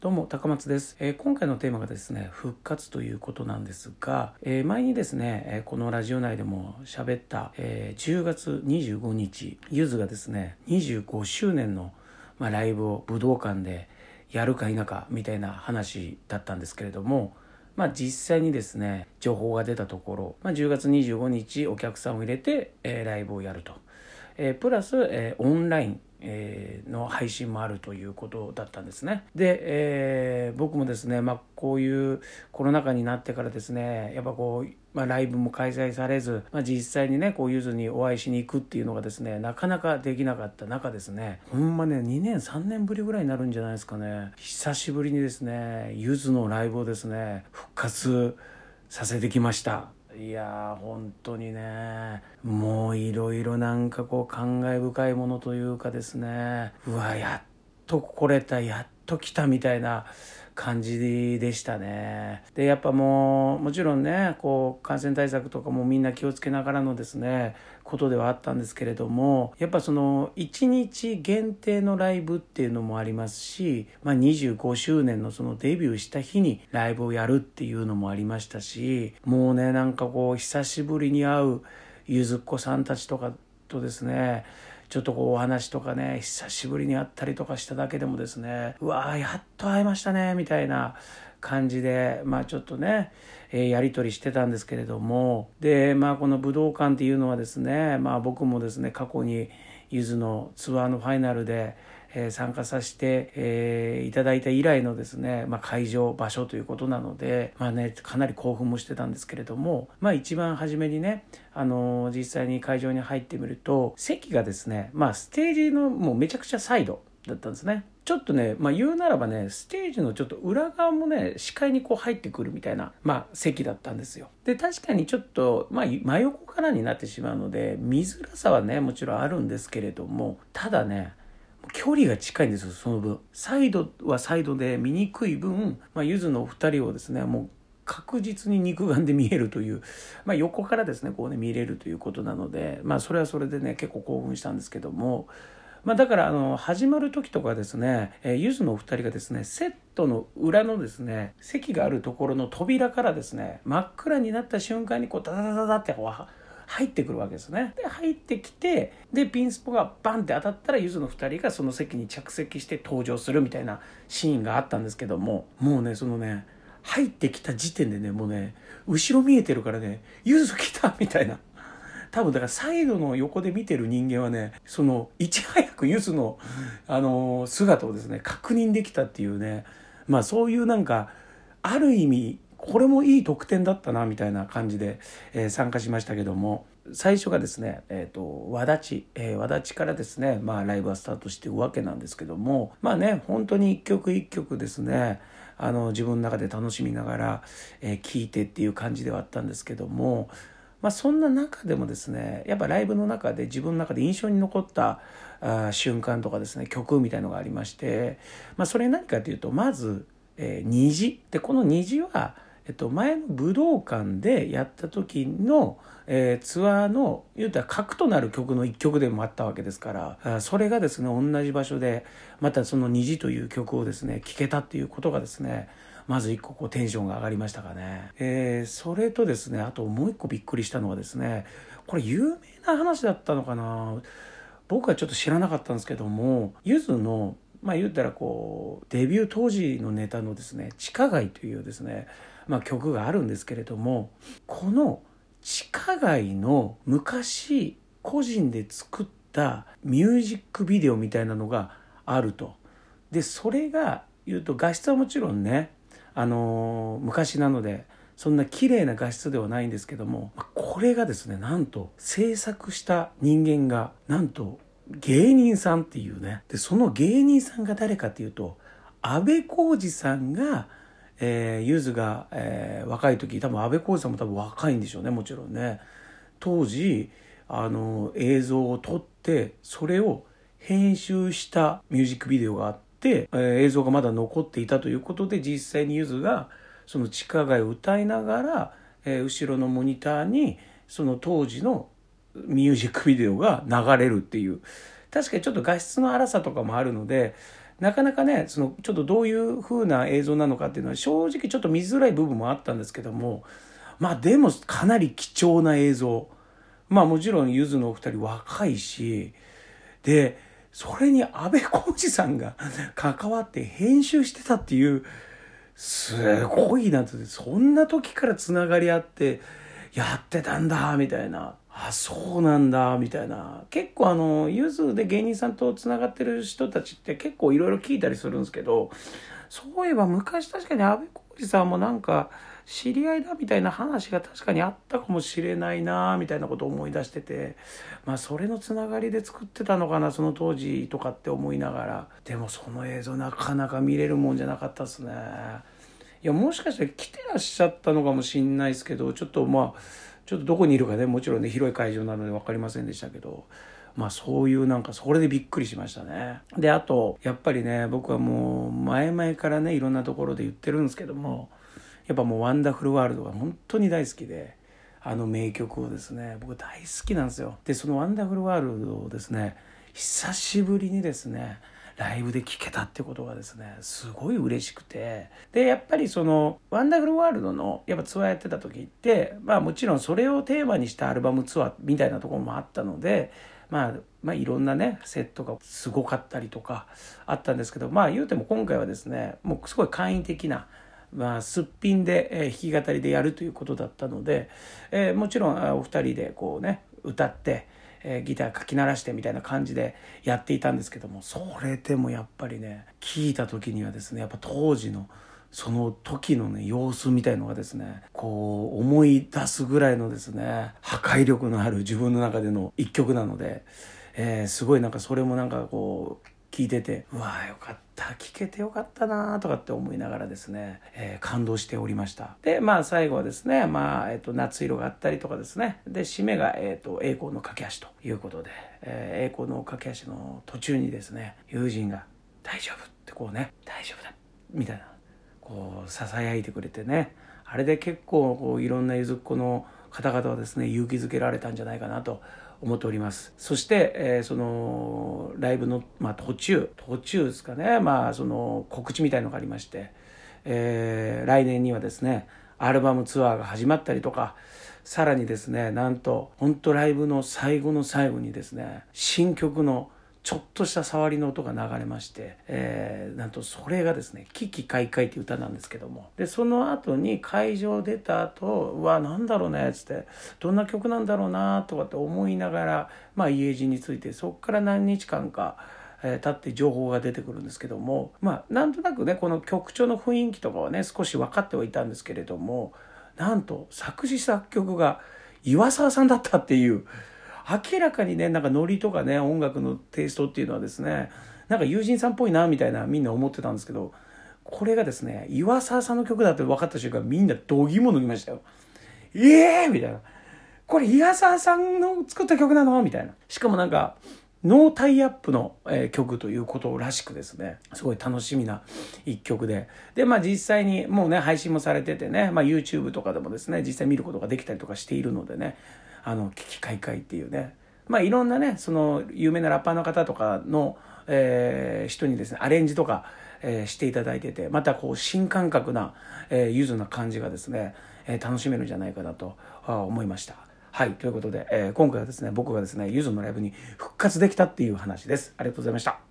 どうも高松です。今回のテーマがですね復活ということなんですが、前にですね、このラジオ内でも喋った、10月25日ゆずがですね25周年の、ライブを武道館でやるか否かみたいな話だったんですけれども、実際にですね情報が出たところ、10月25日お客さんを入れて、ライブをやると、プラス、オンラインの配信もあるということだったんですね。で、僕もですね、こういうコロナ禍になってからですね、やっぱライブも開催されず、実際にねゆずにお会いしに行くっていうのがですねなかなかできなかった中ですね、ほんまね2年3年ぶりぐらいになるんじゃないですかね、久しぶりにですねゆずのライブをですね復活させてきました。いや本当にねもういろいろ感慨深いものというかですね、やっと来れた、やっと来たみたいな感じでしたね。でやっぱもちろんね感染対策とかもみんな気をつけながらのですねことではあったんですけれども、やっぱその1日限定のライブっていうのもありますし、25周年のそのデビューした日にライブをやるっていうのもありましたし、もうね久しぶりに会うゆずっ子さんたちとかとですねちょっとお話とかね久しぶりに会ったりとかしただけでもですねやっと会いましたねみたいな感じでちょっとね、やり取りしてたんですけれども、でこの武道館っていうのはですね僕もですね過去にゆずのツアーのファイナルで参加させて、いただいた以来のですね、会場場所ということなので、かなり興奮もしてたんですけれども、一番初めにね、実際に会場に入ってみると席がですね、ステージのもうめちゃくちゃサイドだったんですね。ちょっとね、言うならばねステージのちょっと裏側もね視界に入ってくるみたいな、席だったんですよ。で確かにちょっと、真横からになってしまうので見づらさはねもちろんあるんですけれども、ただね距離が近いんですよ。その分サイドはサイドで見にくい分、ゆずのお二人をですねもう確実に肉眼で見えるという、横からですね見れるということなので、それはそれでね結構興奮したんですけども、だから始まる時とかですねゆずのお二人がですねセットの裏のですね席があるところの扉からですね真っ暗になった瞬間にダダダダダって入ってくるわけですね。で入ってきて、でピンスポがバンって当たったらゆずの2人がその席に着席して登場するみたいなシーンがあったんですけども、もうねそのね入ってきた時点でねもうね後ろ見えてるからねゆず来たみたいな、多分だからサイドの横で見てる人間はねそのいち早くゆずの、姿をですね確認できたっていうね、そういうある意味これもいい特典だったなみたいな感じで、参加しましたけども、最初がですね、和立からですね、ライブはスタートしていくわけなんですけども、本当に一曲一曲ですね自分の中で楽しみながら、聴いてっていう感じではあったんですけども、そんな中でもですねやっぱライブの中で自分の中で印象に残った瞬間とかですね曲みたいのがありまして、それ何かというとまず、虹で、この虹は前の武道館でやった時の、ツアーの言うたら核となる曲の一曲でもあったわけですから、それがですね同じ場所でまたその虹という曲をですね聴けたっていうことがですねまず一個テンションが上がりましたかね。それとですねあともう一個びっくりしたのはですね、これ有名な話だったのかな、僕はちょっと知らなかったんですけども、ゆずの言ったらデビュー当時のネタのですね地下街というですね曲があるんですけれども、この地下街の昔個人で作ったミュージックビデオみたいなのがあると。でそれが言うと画質はもちろんね昔なのでそんな綺麗な画質ではないんですけども、これがですねなんと制作した人間がなんと芸人さんっていうね、でその芸人さんが誰かっていうと安部浩二さんがゆずが、若い時、多分安部浩二さんも多分若いんでしょうね、もちろんね。当時映像を撮ってそれを編集したミュージックビデオがあって、映像がまだ残っていたということで、実際にゆずがその地下街を歌いながら、後ろのモニターにその当時のミュージックビデオが流れるっていう、確かにちょっと画質の荒さとかもあるのでなかなかね、ちょっとどういう風な映像なのかっていうのは正直ちょっと見づらい部分もあったんですけども、まあでもかなり貴重な映像。まあもちろんゆずのお二人若いし、で、それに安倍浩二さんが関わって編集してたっていう、すごいなって、そんな時からつながりあってやってたんだ、みたいな。あ、そうなんだ、みたいな。結構ゆずで芸人さんとつながってる人たちって結構いろいろ聞いたりするんですけど、そういえば昔確かに安倍浩二さんもなんか知り合いだみたいな話が確かにあったかもしれないなみたいなことを思い出してて、まあそれのつながりで作ってたのかなその当時とかって思いながら、でもその映像なかなか見れるもんじゃなかったですね。いやもしかして来てらっしゃったのかもしんないですけど、ちょっとどこにいるかね、もちろんね広い会場なので分かりませんでしたけど、まあそういうなんかそれでびっくりしましたね。であとやっぱりね、僕はもう前々からねいろんなところで言ってるんですけども、やっぱもうワンダフルワールドが本当に大好きで、あの名曲をですね僕大好きなんですよ。でそのワンダフルワールドをですね久しぶりにですねライブで聴けたってことがですねすごい嬉しくて、でやっぱりそのワンダフルワールドのやっぱツアーやってた時って、まあもちろんそれをテーマにしたアルバムツアーみたいなところもあったので、まあいろんなねセットがすごかったりとかあったんですけど、まあ言うても今回はですねもうすごい簡易的な、まあ、すっぴんで、弾き語りでやるということだったので、もちろんお二人でこうね歌ってギターかき鳴らしてみたいな感じでやっていたんですけども、それでもやっぱりね聞いた時にはですねやっぱ当時のその時のね様子みたいのがですねこう思い出すぐらいのですね破壊力のある自分の中での一曲なので、すごいなんかそれもなんかこう聞いてて、うわーよかった、聞けてよかったなとかって思いながらですね、感動しておりました。でまあ最後はですね、まあ夏色があったりとかですね、で締めが栄光の架け橋ということで、栄光の架け橋の途中にですね友人が大丈夫ってこうね、大丈夫だみたいなこう囁いてくれてね、あれで結構こういろんなゆずっ子の方々はですね勇気づけられたんじゃないかなと思っております。そして、そのライブの、まあ、途中ですかね、まあその告知みたいのがありまして、来年にはですねアルバムツアーが始まったりとか、さらにですねなんと本当ライブの最後の最後にですね新曲のちょっとした触りの音が流れまして、なんとそれがですね「危機開会」っていう歌なんですけども、でその後に会場出た後、うわなんだろうねっつって、どんな曲なんだろうなとかって思いながら、まあ家路についてそこから何日間か経って情報が出てくるんですけども、まあなんとなくねこの曲調の雰囲気とかはね少し分かってはいたんですけれども、なんと作詞作曲が岩沢さんだったっていう、明らかにねなんかノリとかね音楽のテイストっていうのはですねなんか友人さんっぽいなみたいなみんな思ってたんですけど、これがですね岩沢さんの曲だって分かった瞬間みんな度肝抜きましたよ。みたいな、これ岩沢さんの作った曲なのみたいな。しかもなんかノータイアップの、曲ということらしくですね、すごい楽しみな一曲で、でまあ実際にもうね配信もされててね、まあ YouTube とかでもですね実際見ることができたりとかしているのでね、危機開会っていうね、まあいろんなねその有名なラッパーの方とかの、人にですねアレンジとか、していただいてて、またこう新感覚な、ゆずな感じがですね、楽しめるんじゃないかなと思いました。はい、ということで、今回はですね僕がですねゆずのライブに復活できたっていう話です。ありがとうございました。